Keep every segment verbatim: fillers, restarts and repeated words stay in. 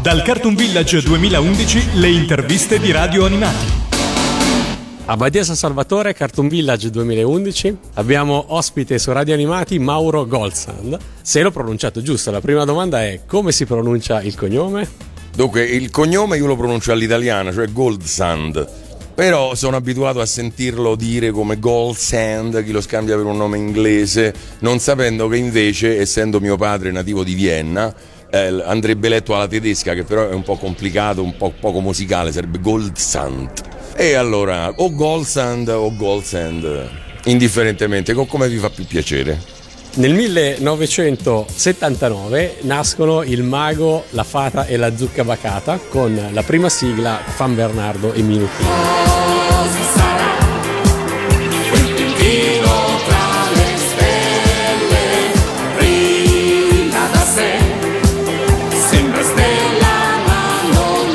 Dal Cartoon Village duemilaundici, le interviste di Radio Animati. A Badia San Salvatore, Cartoon Village duemilaundici, abbiamo ospite su Radio Animati Mauro Goldsand. Se l'ho pronunciato giusto, la prima domanda è: come si pronuncia il cognome? Dunque, il cognome io lo pronuncio all'italiana, cioè Goldsand, però sono abituato a sentirlo dire come Goldsand, chi lo scambia per un nome inglese, non sapendo che invece, essendo mio padre nativo di Vienna, eh, andrebbe letto alla tedesca, che però è un po' complicato, un po' poco musicale, sarebbe Goldsand. E allora o Goldsand o Goldsand, indifferentemente, come vi fa più piacere. Nel millenovecentosettantanove nascono il mago, la fata e la zucca bacata con la prima sigla Fan Bernardo e Minutino. Cosa sarà quel pittino tra le stelle? Brilla da sé, sembra stella ma non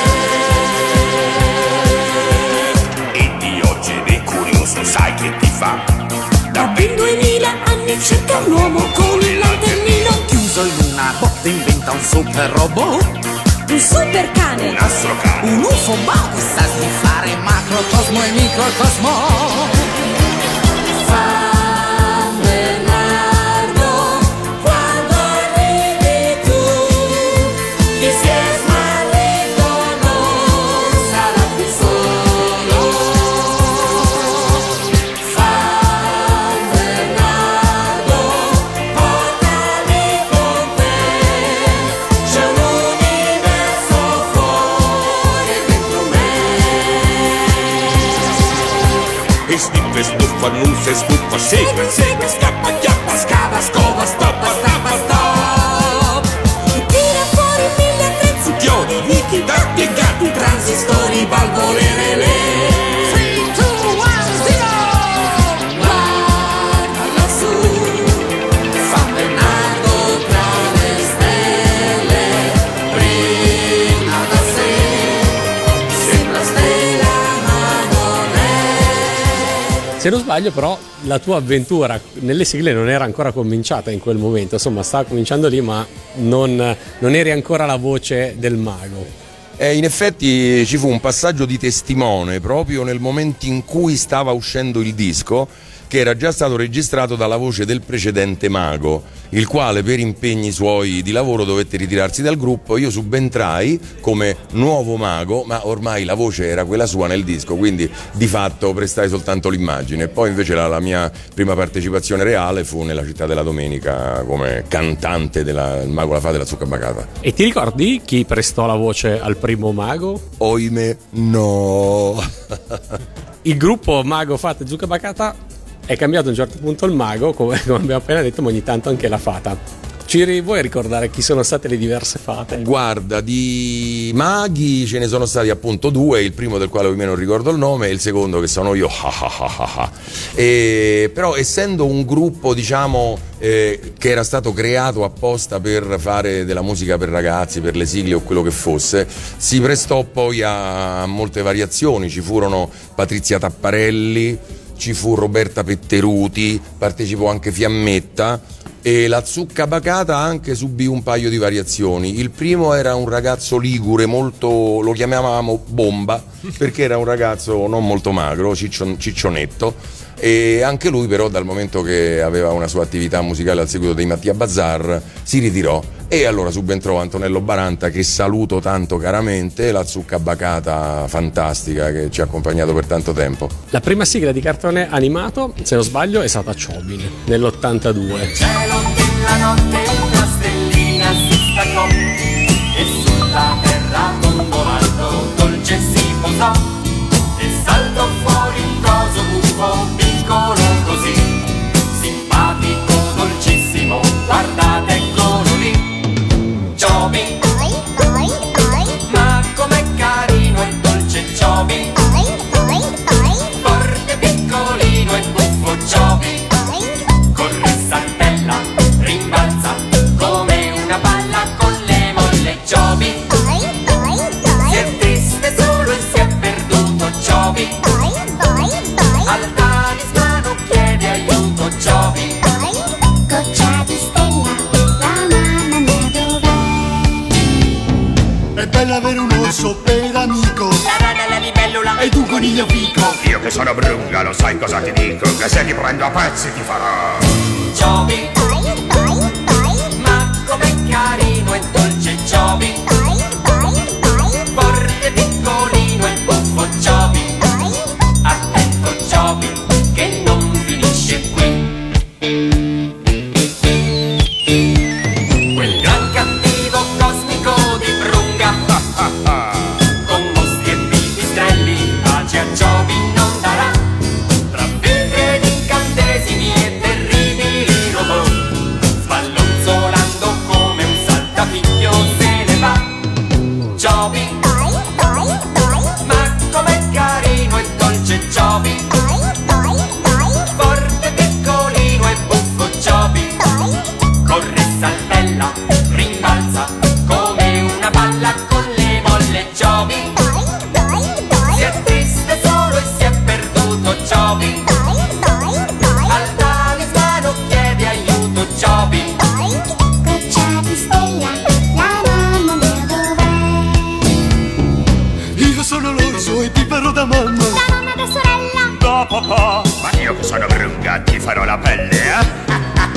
è. E di oggi di curioso sai che ti fa? Da ben duemila anni cerca un uomo con il lanternino chiuso in una botte, inventa un super robot, un super cane, un astrocane, un U F O boh, che sa sniffare macrocosmo e microcosmo. Fan Bernardo, quando arrivi tu, chi si è smarrito non sarà più solo. Fan Bernardo, portami con te, c'è un universo fuori e dentro me. E sniffa e snuffa, non si stuffa, segue, segue, scappa, chiappa, scava, scova, stoppa, stappa, stop. Tira fuori mille attrezzi, chiodi, wiki, dati e gatti, transistori, valvole, relè. Three, two, one, zero. Guarda lassù, Fan Bernardo tra le stelle, brilla da sé, sembra stella ma non è. Se non sbaglio, però, la tua avventura nelle sigle non era ancora cominciata in quel momento, insomma stava cominciando lì, ma non, non eri ancora la voce del mago. E in effetti ci fu un passaggio di testimone proprio nel momento in cui stava uscendo il disco, che era già stato registrato dalla voce del precedente mago, il quale per impegni suoi di lavoro dovette ritirarsi dal gruppo. Io subentrai come nuovo mago, ma ormai la voce era quella sua nel disco, quindi di fatto prestai soltanto l'immagine. Poi invece la, la mia prima partecipazione reale fu nella Città della Domenica come cantante del mago, la fata e la zucca bacata. E ti ricordi chi prestò la voce al primo mago? Oimè, no. Il gruppo Mago, Fata e Zucca Bacata è cambiato a un certo punto il mago, come, come abbiamo appena detto, ma ogni tanto anche la fata. Ci vuoi ricordare chi sono state le diverse fate? Guarda, di maghi ce ne sono stati appunto due, il primo del quale almeno non ricordo il nome e il secondo che sono io. E, però essendo un gruppo, diciamo, eh, che era stato creato apposta per fare della musica per ragazzi, per le sigle o quello che fosse, si prestò poi a molte variazioni. Ci furono Patrizia Tapparelli, ci fu Roberta Petteruti, partecipò anche Fiammetta, e la zucca bacata anche subì un paio di variazioni. Il primo era un ragazzo ligure molto, lo chiamavamo Bomba, perché era un ragazzo non molto magro, ciccio, ciccionetto, e anche lui però dal momento che aveva una sua attività musicale al seguito dei Mattia Bazar si ritirò, e allora subentrò Antonello Baranta, che saluto tanto caramente, la zucca bacata fantastica che ci ha accompagnato per tanto tempo. La prima sigla di cartone animato, se non sbaglio, è stata Chobin nell'ottantadue. Cielo della notte una stellina si staccò e sulla terra dondolando dolce si posò e saltò fuori un coso buffo piccolo così, simpatico, dolcissimo, guardate eccolo lì. Chobin, ma com'è carino e dolce Chobin, forte, piccolino e buffo Chobin, corre, saltella, rimbalza come una palla con le molle Chobin, si è triste solo e si è perduto Chobin, al talismano chiede aiuto Chobin, Goccia di stella, la mamma mia dov'è? bello avere un orso per amico. La rana, la libellula E tu un coniglio fico. Io che sono brunga, lo sai cosa ti dico? Che se ti prendo a pezzi ti farò. Giovi, ma com'è carino e dolce Giovi. Forte, piccolino e buffo Giovi. Attento Giovi, che non finisce qui. Quel gran cattivo cosmico di Brunga, con mostri e pipistrelli, pace a Giovi non darà. Tra vetri ed incantesimi e terribili robot, sballonzolando come un saltapicchio se ne va. Giovi, ma com'è carino e dolce Giovi. Forte, piccolino e buffo Giovi. Corre, saltella, rimbalza come una palla con le molle Giovi. Si è triste solo e si è perduto Giovi. Al talismano chiede aiuto Giovi. Goccia di stella, la mamma mia dov'è? Io sono l'orso e ti farò da mamma. La mamma da sorella. Da papà. Ma io che sono brunga ti farò la pelle, eh?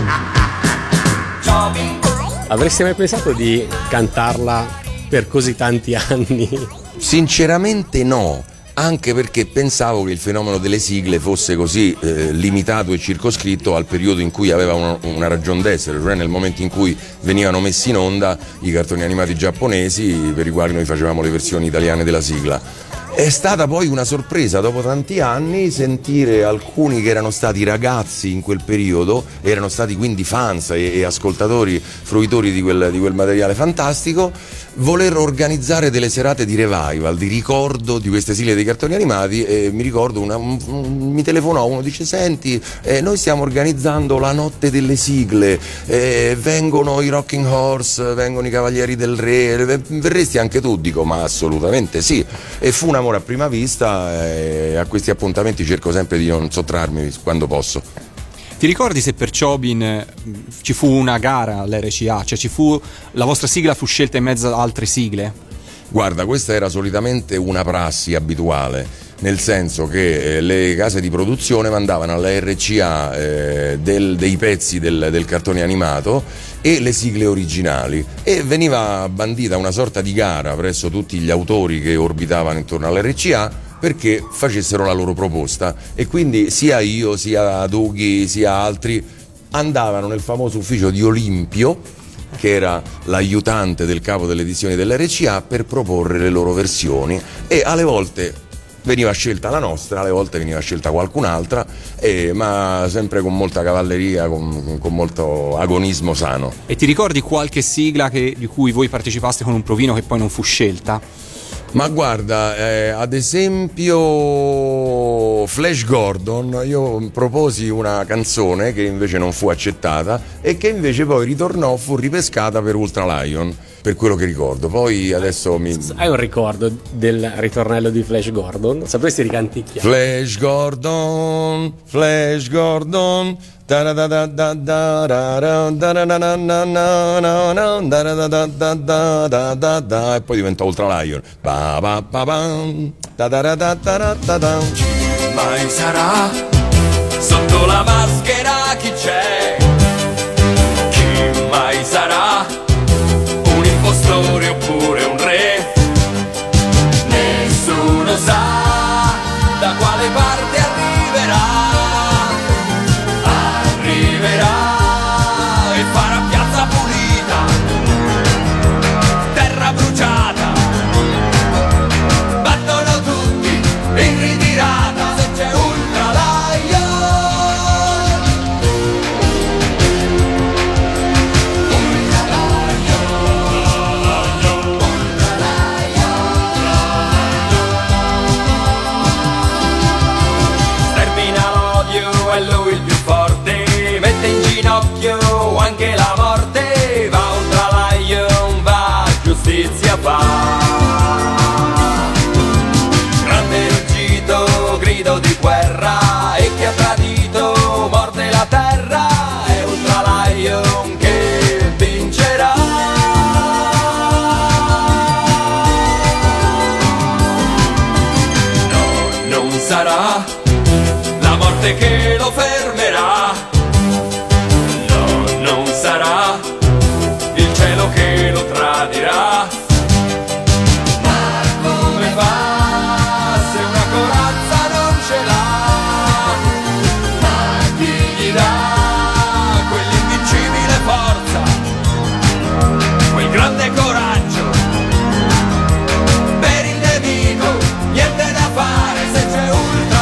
Giovi, Avresti mai pensato di cantarla per così tanti anni? Sinceramente no, anche perché pensavo che il fenomeno delle sigle fosse così eh, limitato e circoscritto al periodo in cui aveva una, una ragion d'essere, cioè nel momento in cui venivano messi in onda i cartoni animati giapponesi per i quali noi facevamo le versioni italiane della sigla. È stata poi una sorpresa dopo tanti anni sentire alcuni che erano stati ragazzi in quel periodo, erano stati quindi fans e, e ascoltatori, fruitori di quel, di quel materiale fantastico, voler organizzare delle serate di revival, di ricordo di queste sigle dei cartoni animati. E mi ricordo, una, un, un, mi telefonò uno, dice: senti, eh, noi stiamo organizzando la notte delle sigle, eh, vengono i Rocking Horse, vengono i Cavalieri del Re, verresti anche tu? Dico: ma assolutamente sì. E fu un amore a prima vista, e a questi appuntamenti cerco sempre di non sottrarmi quando posso. Ti ricordi se per Ciobin eh, ci fu una gara all'R C A, cioè ci fu la vostra sigla fu scelta in mezzo ad altre sigle? Guarda, questa era solitamente una prassi abituale, nel senso che eh, le case di produzione mandavano alla R C A eh, del, dei pezzi del, del cartone animato e le sigle originali, e veniva bandita una sorta di gara presso tutti gli autori che orbitavano intorno all'R C A perché facessero la loro proposta, e quindi sia io, sia Dughi, sia altri andavano nel famoso ufficio di Olimpio, che era l'aiutante del capo delle edizioni dell'R C A, per proporre le loro versioni, e alle volte veniva scelta la nostra, alle volte veniva scelta qualcun'altra, eh, ma sempre con molta cavalleria, con, con molto agonismo sano. E ti ricordi qualche sigla che, di cui voi partecipaste con un provino che poi non fu scelta? Ma guarda, eh, ad esempio Flash Gordon, io proposi una canzone che invece non fu accettata e che invece poi ritornò, fu ripescata per Ultra Lion, per quello che ricordo. Poi adesso mi... Hai un ricordo del ritornello di Flash Gordon? Sapresti ricanticchiare? Flash Gordon, Flash Gordon, e poi diventa Ultra Lion. mai sarà sotto la maschera chi c'è? Chi mai sarà un impostore oppure un re? Nessuno sa da quale parte arriverà. Arriverà e farà piazza pulita, terra bruciata, battono tutti in ritirata se c'è Ultra Lion. Ultra morte che lo fermerà. No, non sarà il cielo che lo tradirà. Ma come fa se una corazza non ce l'ha? Ma chi gli dà quell'invincibile forza, quel grande coraggio per il nemico? Niente da fare se c'è Ultra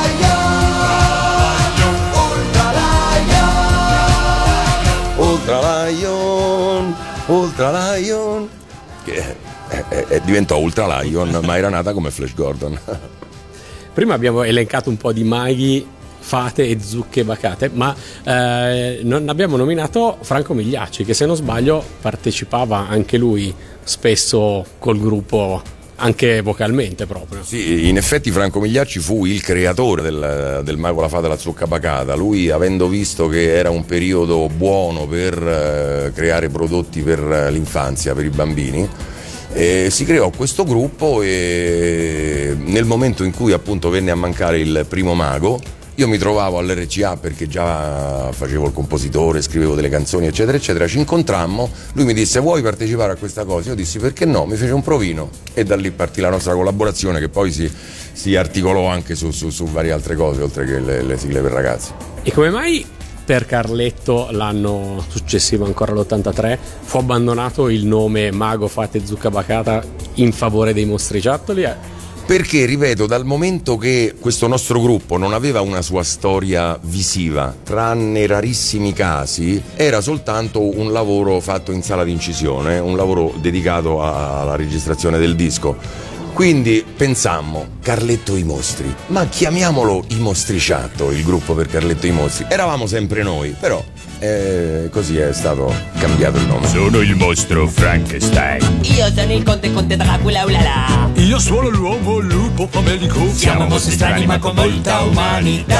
Lion, Ultra Lion, Ultra Lion, che è, è, è, diventò Ultra Lion, ma era nata come Flash Gordon. Prima abbiamo elencato un po' di maghi, fate e zucche bacate, ma eh, non abbiamo nominato Franco Migliacci, che se non sbaglio partecipava anche lui spesso col gruppo, anche vocalmente proprio. Sì, in effetti Franco Migliacci fu il creatore del, del Mago, la Fata e la Zucca Bacata. Lui, avendo visto che era un periodo buono per eh, creare prodotti per l'infanzia, per i bambini, eh, si creò questo gruppo, e nel momento in cui appunto venne a mancare il primo mago, io mi trovavo all'R C A perché già facevo il compositore, scrivevo delle canzoni eccetera eccetera, ci incontrammo, lui mi disse: vuoi partecipare a questa cosa? Io dissi perché no, mi fece un provino e da lì partì la nostra collaborazione, che poi si, si articolò anche su, su, su varie altre cose oltre che le, le sigle per ragazzi. E come mai per Carletto l'anno successivo, ancora l'ottantatré, fu abbandonato il nome Mago, Fate e Zucca Bacata in favore dei mostriciattoli? Perché, ripeto, dal momento che questo nostro gruppo non aveva una sua storia visiva, tranne rarissimi casi, era soltanto un lavoro fatto in sala di incisione, un lavoro dedicato alla registrazione del disco. Quindi pensammo, Carletto i Mostri, ma chiamiamolo i Mostriciatto, il gruppo per Carletto i Mostri. Eravamo sempre noi, però eh, così è stato cambiato il nome. Sono il mostro Frankenstein. Io sono il conte conte Dracula, ulala. Io sono l'uomo lupo famelico. Siamo mostri strani ma con molta umanità.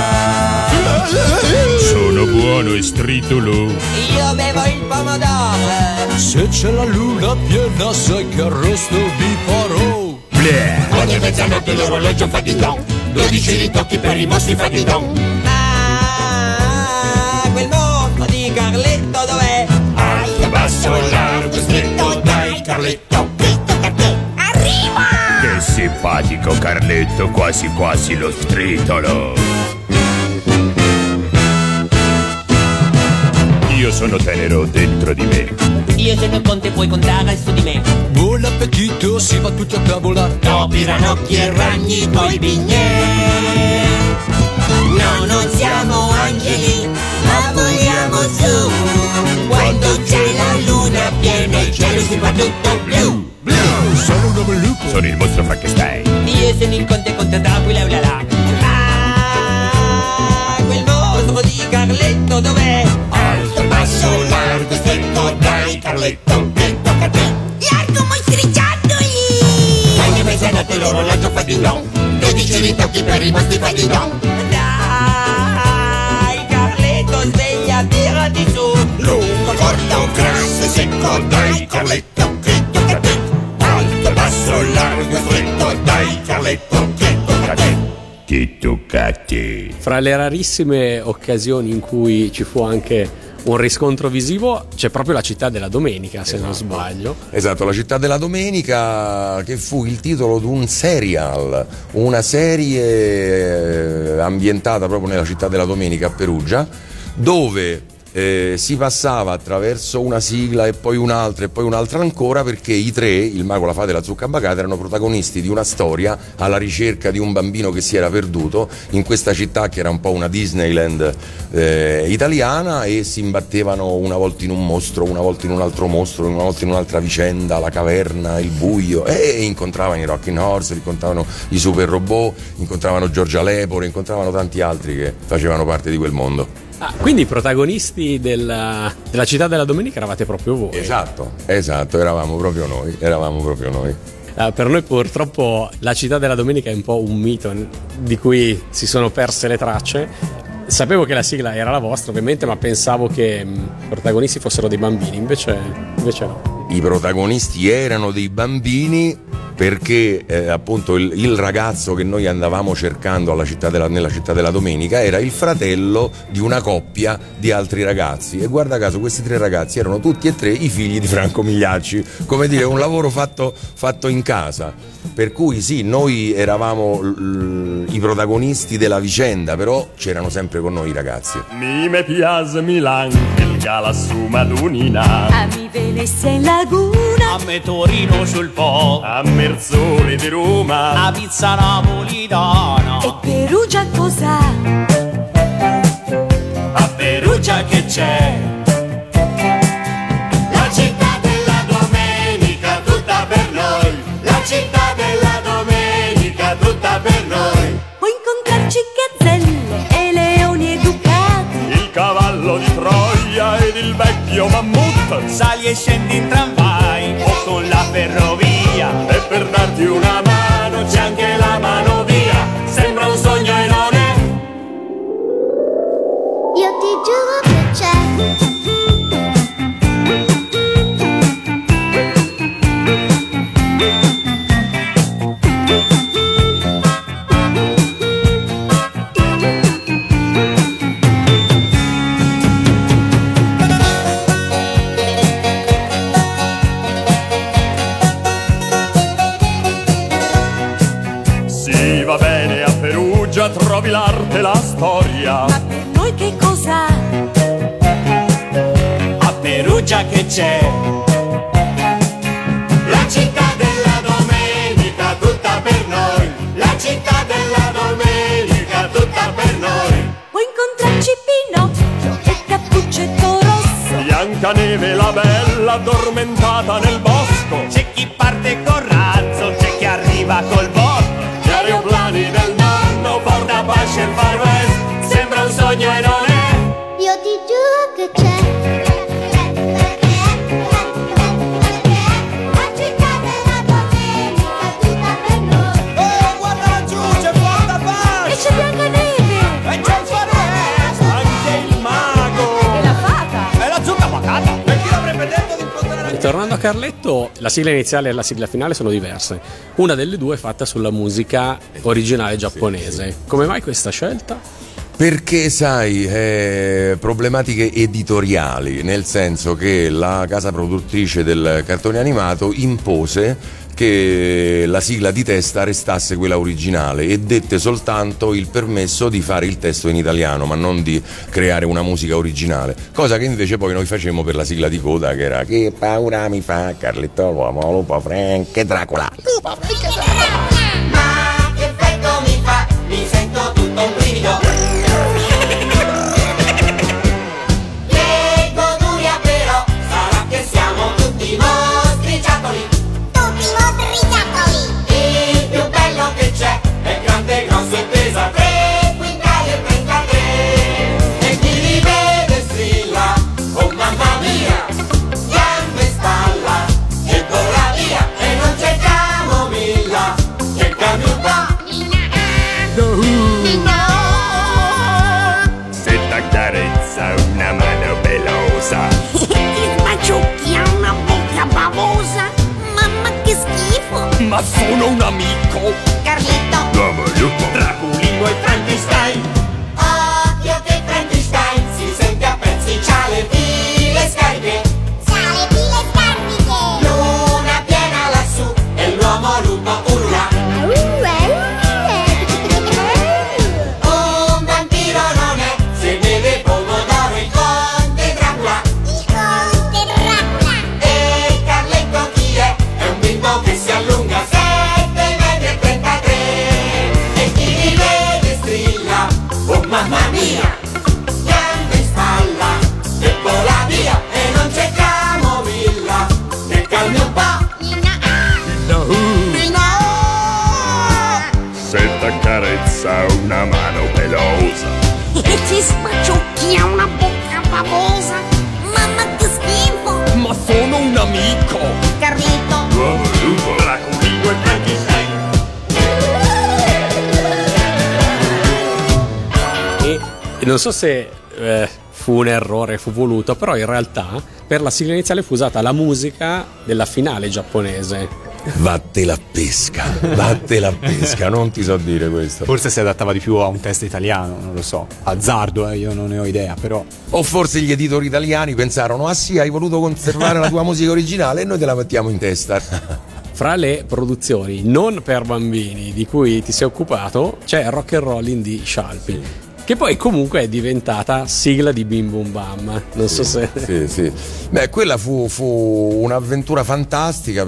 Sono buono e stritolo. Io bevo il pomodoro. Se c'è la luna piena sai che arrosto vi farò. Bleh. Ogni mezzanotte l'orologio fa di don. Dodici ritocchi per i mostri fa di don. Ma quel mostro di Carletto dov'è? Alto, basso, largo, stretto, dai Carletto. Tocca a te, arriva! Che simpatico Carletto, quasi quasi lo stritolo. Io sono tenero dentro di me. Io sono conte, puoi contare su di me. Buon appetito, si va tutti a tavola. Topi, ranocchi e ragni, poi bignè. No, non siamo angeli, ma voliamo su. Quando c'è la luna piena il cielo si fa tutto blu. Sono un uomo lupo. Sono il mostro Frankenstein. Io sono il conte conte Dracula, ulala. Ah, quel mostro di Carletto dov'è? Alto, basso, largo, stretto, dai Carletto. Che tocca a te. Largo mostriciattoli! Ogni mezzanotte l'orologio fa di don. Dodici ritocchi per i mostri fa di don. Dai Carletto, sveglia, tirati su. Lungo, corto, grasso, secco, dai Carletto. Che tocca a te. Alto, basso, largo, stretto, dai Carletto. Che tocca a te. Che tocca a te. Fra le rarissime occasioni in cui ci fu anche un riscontro visivo c'è proprio La Città della Domenica, se non sbaglio. Esatto, La Città della Domenica, che fu il titolo di un serial, una serie ambientata proprio nella Città della Domenica a Perugia, dove eh, si passava attraverso una sigla e poi un'altra e poi un'altra ancora, perché i tre, il Mago, la Fata e la Zucca Bacata, erano protagonisti di una storia alla ricerca di un bambino che si era perduto in questa città che era un po' una Disneyland eh, italiana, e si imbattevano una volta in un mostro, una volta in un altro mostro, una volta in un'altra vicenda, la caverna, il buio, e incontravano i Rocking Horse, incontravano i Super Robot, incontravano Giorgia Lepore, incontravano tanti altri che facevano parte di quel mondo. Ah, quindi i protagonisti della, della Città della Domenica eravate proprio voi. Esatto, esatto, eravamo proprio noi, eravamo proprio noi. Uh, per noi purtroppo La Città della Domenica è un po' un mito di cui si sono perse le tracce. Sapevo che la sigla era la vostra ovviamente, ma pensavo che mh, i protagonisti fossero dei bambini, invece, invece no. I protagonisti erano dei bambini, perché eh, appunto il, il ragazzo che noi andavamo cercando alla città della, nella città della domenica era il fratello di una coppia di altri ragazzi, e guarda caso questi tre ragazzi erano tutti e tre i figli di Franco Migliacci, come dire un lavoro fatto, fatto in casa, per cui sì, noi eravamo l- i protagonisti della vicenda, però c'erano sempre con noi i ragazzi. Mi me piace Milan, il gala su Madunina, A mi Venezia in laguna, A me Torino sul Po, a Merzoli di Roma, a pizza napolitana, e Perugia cos'ha? a Perugia che c'è? La città della domenica tutta per noi, la città della domenica tutta per noi. Puoi incontrarci gazzelle e leoni educati, il cavallo di Troia ed il vecchio mammut, Sali e scendi in tramvai o con la ferrovia, e per darti una mano c'è anche la mano via, sembra un sogno e non è. Io ti giuro che c'è. Sì, va bene, a Perugia trovi l'arte e la storia, ma per noi che cos'ha? a Perugia che c'è? La città della domenica tutta per noi, la città della domenica tutta per noi. Puoi incontrarci Pinocchio e Cappuccetto Rosso, Biancaneve la bella addormentata nel bosco, C'è chi parte col razzo, c'è chi arriva col botto, gli aeroplani del nonno, porta pace il Far West, sembra un sogno e non è. Io ti giuro che c'è. La città della domenica tutta per noi. oh guarda laggiù, c'è Porta Pace, e c'è Biancaneve e c'è il Far West, Anche il mago, e la fata. e la zucca patata, e chi l'avrebbe detto di incontrare? E tornando a Carletto, la sigla iniziale e la sigla finale sono diverse. Una delle due è fatta sulla musica originale giapponese. Come mai questa scelta? Perché sai, eh, problematiche editoriali, nel senso che la casa produttrice del cartone animato impose che la sigla di testa restasse quella originale e dette soltanto il permesso di fare il testo in italiano, ma non di creare una musica originale, cosa che invece poi noi facemmo per la sigla di coda, che era "Che paura mi fa Carletto l'uomo lupo Frank e Dracula". Ma che effetto mi fa, mi sento tutto un brivido. Che goduria però, sarà che siamo tutti mostri giattoli. Tutti mostri giattoli. Il più bello che c'è è grande, grosso e pesa tre quintali e trentatré. E chi li vede strilla, oh mamma mia, gambe e spalla, e vola via, e non c'è camomilla, che cambia un po'. se t'accarezza una mano pelosa, Ti sbaciucchi a una bocca bavosa, mamma che schifo. ma sono un amico. Carlito, Draculino e Frankenstein, occhio che Frankenstein si sente a pezzi, c'ha le file scariche. C'ha le pile scarpiche. Luna piena lassù e l'uomo lupo urla. Un vampiro non è, se beve pomodoro il conte Dracula. Il conte Dracula. E Carletto chi è? È un bimbo che si allunga sette metri e trentatré. E chi li vede strilla, oh mamma mia, gambe in spalla, e vola via, e non c'è camomilla, che calmi un po'. se t'accarezza una mano pelosa, E ti sbaciucchi a una bocca bavosa, mamma che schifo. ma sono un amico. Carlito, Draculino e Frankenstein, E non so se eh, fu un errore, fu voluto, però in realtà per la sigla iniziale fu usata la musica della finale giapponese. Vatte la pesca, vatte la pesca, non ti so dire questo. Forse si adattava di più a un testo italiano, non lo so, azzardo, eh, io non ne ho idea, però. O forse gli editori italiani pensarono: ah sì, hai voluto conservare la tua musica originale e noi te la mettiamo in testa. Fra le produzioni non per bambini di cui ti sei occupato c'è Rock and Rollin' di Scialpi, che poi comunque è diventata sigla di Bim Bum Bam. Non so se... Sì, sì. Beh, quella fu, fu un'avventura fantastica,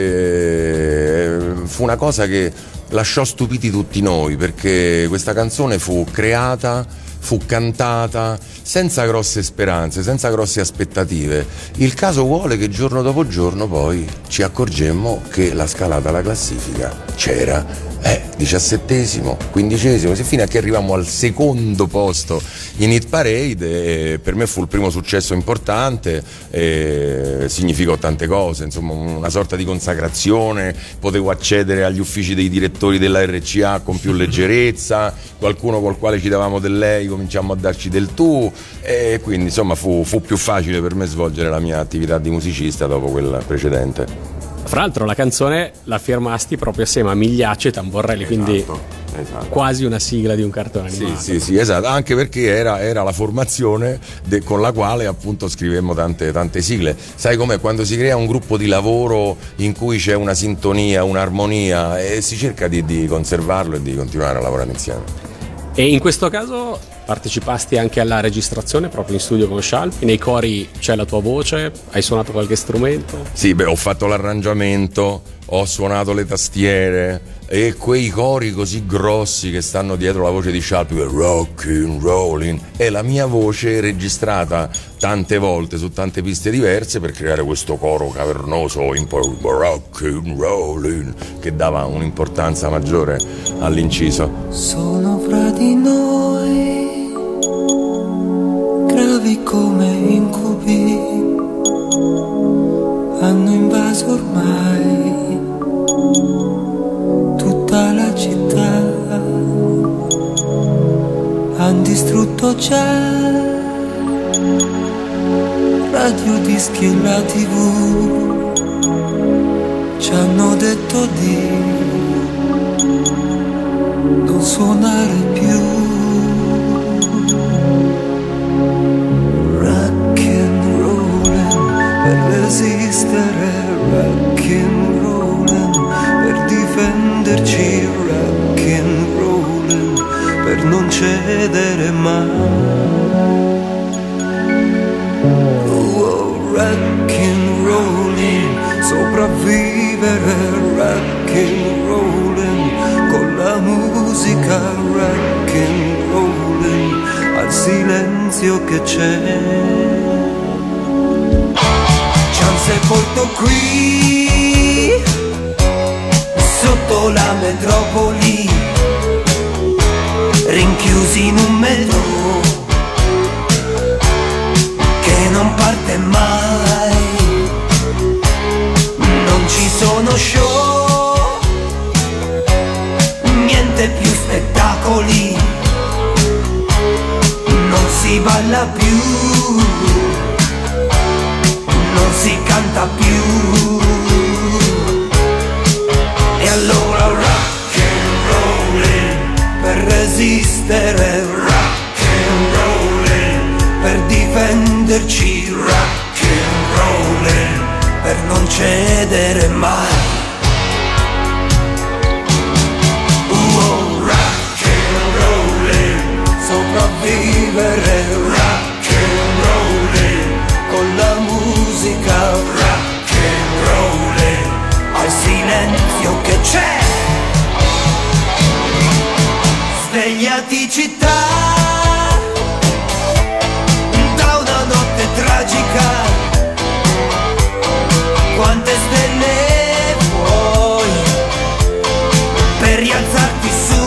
perché fu una cosa che lasciò stupiti tutti noi, perché questa canzone fu creata, fu cantata senza grosse speranze, senza grosse aspettative. Il caso vuole che giorno dopo giorno poi ci accorgemmo che la scalata alla classifica c'era. Eh, diciassettesimo, quindicesimo, fino a che arrivammo al secondo posto in Hit Parade. E per me fu il primo successo importante, e significò tante cose, insomma una sorta di consacrazione, potevo accedere agli uffici dei direttori della R C A con più leggerezza, qualcuno col quale ci davamo del lei cominciamo a darci del tu, e quindi insomma fu, fu più facile per me svolgere la mia attività di musicista dopo quella precedente. Fra l'altro la canzone la firmasti proprio assieme a Migliaccio e Tamborelli, Esatto, quindi esatto. quasi una sigla di un cartone animato. Sì, sì, sì, esatto, anche perché era, era la formazione de, con la quale appunto scrivemmo tante, tante sigle. Sai com'è? Quando si crea un gruppo di lavoro in cui c'è una sintonia, un'armonia, e si cerca di, di conservarlo e di continuare a lavorare insieme. E in questo caso partecipasti anche alla registrazione proprio in studio con Scialpi? Nei cori c'è la tua voce? Hai suonato qualche strumento? Sì, beh, ho fatto l'arrangiamento, ho suonato le tastiere, e quei cori così grossi che stanno dietro la voce di Scialpi, rockin' rollin', è la mia voce registrata tante volte su tante piste diverse per creare questo coro cavernoso, rockin' rollin', che dava un'importanza maggiore all'inciso. Sono fra di noi, gravi come incubi, hanno invaso ormai tutta la città, han distrutto già radio, dischi e la tivù, ci hanno detto di non suonare più. Rock and rollin' per resistere, rock and rollin' per difenderci, rock and rollin' per non cedere mai. Oh, rock and rollin', sopravvivere, rock and rollin', con la musica, rock and rollin', al silenzio che c'è. Ci han sepolto qui, sotto la metropoli, rinchiusi in un metro che non parte mai. Non ci sono show, niente più spettacoli, non si balla più, non si canta più. E allora rock and rollin' per resistere, rock and rollin' per difenderci, rock and rollin' per non cedere mai. Oh, rock and rollin', sopravvivere, rock and rollin', con la musica, rock and rollin', al silenzio che c'è. Svegliati città da una notte tragica, quante stelle vuoi per rialzarti su?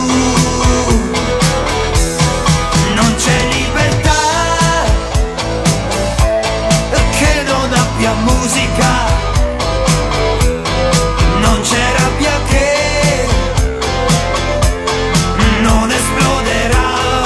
Non c'è libertà che non abbia musica, non c'è rabbia che non esploderà.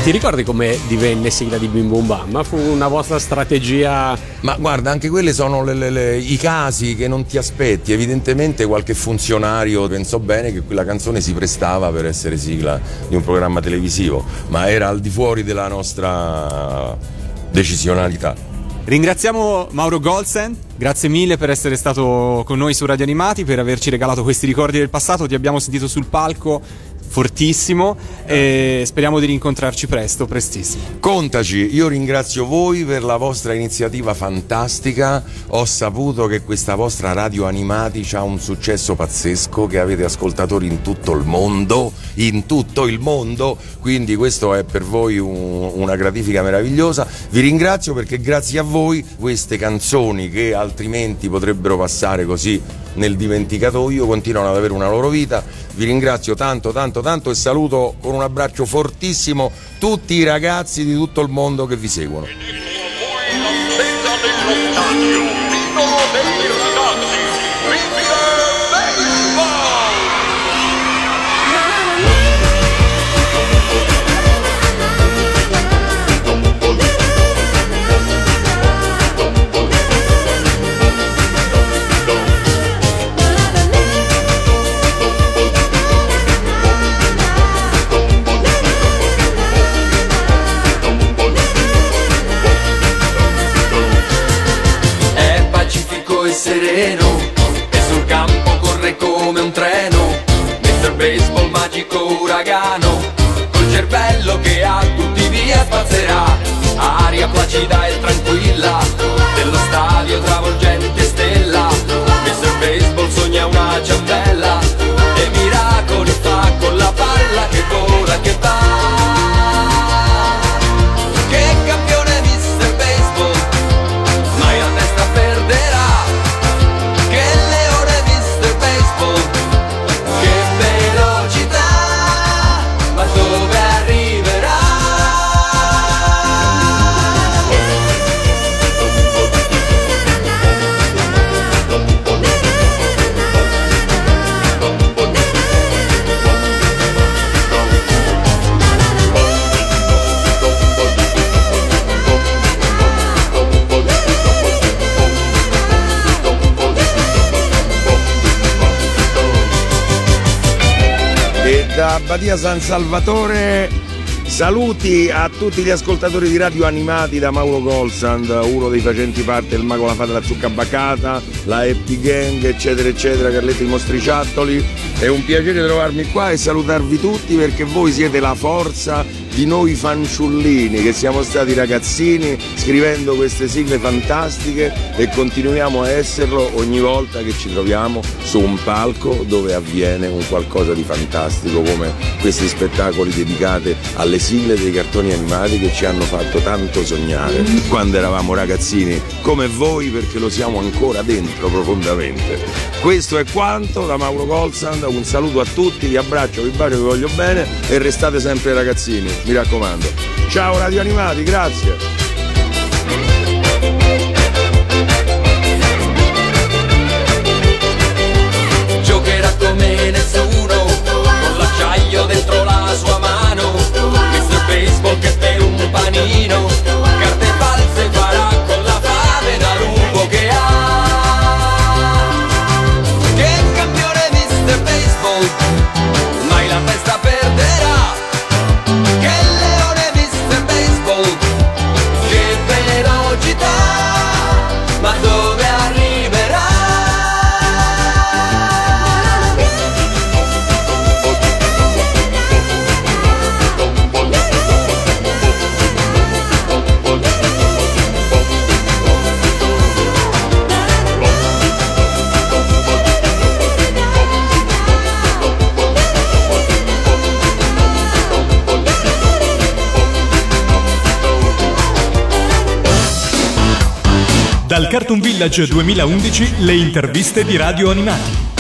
Ti ricordi come divenne sigla di Bim Bum Bam? Fu una vostra strategia? Ma guarda, anche quelle sono le, le, le, i casi che non ti aspetti. Evidentemente qualche funzionario pensò bene che quella canzone si prestava per essere sigla di un programma televisivo, ma era al di fuori della nostra decisionalità. Ringraziamo Mauro Goldstein, grazie mille per essere stato con noi su Radio Animati, per averci regalato questi ricordi del passato. Ti abbiamo sentito sul palco fortissimo e speriamo di rincontrarci presto, prestissimo. Contaci, io ringrazio voi per la vostra iniziativa fantastica. Ho saputo che questa vostra Radio Animati ha un successo pazzesco, che avete ascoltatori in tutto il mondo, in tutto il mondo, quindi questo è per voi un, una gratifica meravigliosa. Vi ringrazio perché grazie a voi queste canzoni che altrimenti potrebbero passare così nel dimenticatoio continuano ad avere una loro vita. Vi ringrazio tanto tanto tanto e saluto con un abbraccio fortissimo tutti i ragazzi di tutto il mondo che vi seguono. Sereno e sul campo corre come un treno, mister Baseball magico uragano, col cervello che a tutti via spazzerà, aria placida e tranquilla dello stadio travolgente stella, mister Baseball sogna una ciambella e miracoli fa con la palla che vola che va. Che campione mister Baseball, mai la testa perderà. Da Badia San Salvatore saluti a tutti gli ascoltatori di Radio Animati da Mauro Golsand, uno dei facenti parte del Mago, la Fata, la Zucca Bacata, la Happy Gang, eccetera eccetera, Carletto i Mostriciattoli. È un piacere trovarmi qua e salutarvi tutti perché voi siete la forza di noi fanciullini che siamo stati ragazzini scrivendo queste sigle fantastiche e continuiamo a esserlo ogni volta che ci troviamo su un palco dove avviene un qualcosa di fantastico come questi spettacoli dedicati alle sigle dei cartoni animati che ci hanno fatto tanto sognare quando eravamo ragazzini come voi, perché lo siamo ancora dentro profondamente. Questo è quanto da Mauro Golsand, un saluto a tutti, vi abbraccio, vi bacio, vi voglio bene e restate sempre ragazzini, mi raccomando. Ciao Radio Animati, grazie. Giocherà come nessuno, con l'acciaio dentro la sua mano, mister Baseball che è un panino, carte false farà con la fame da lupo che ha. Che campione mister Baseball, mai la testa perderà. Che leone mister Baseball, che velocità, ma dove arriverà? Dal Cartoon Village duemilaundici le interviste di Radio Animati.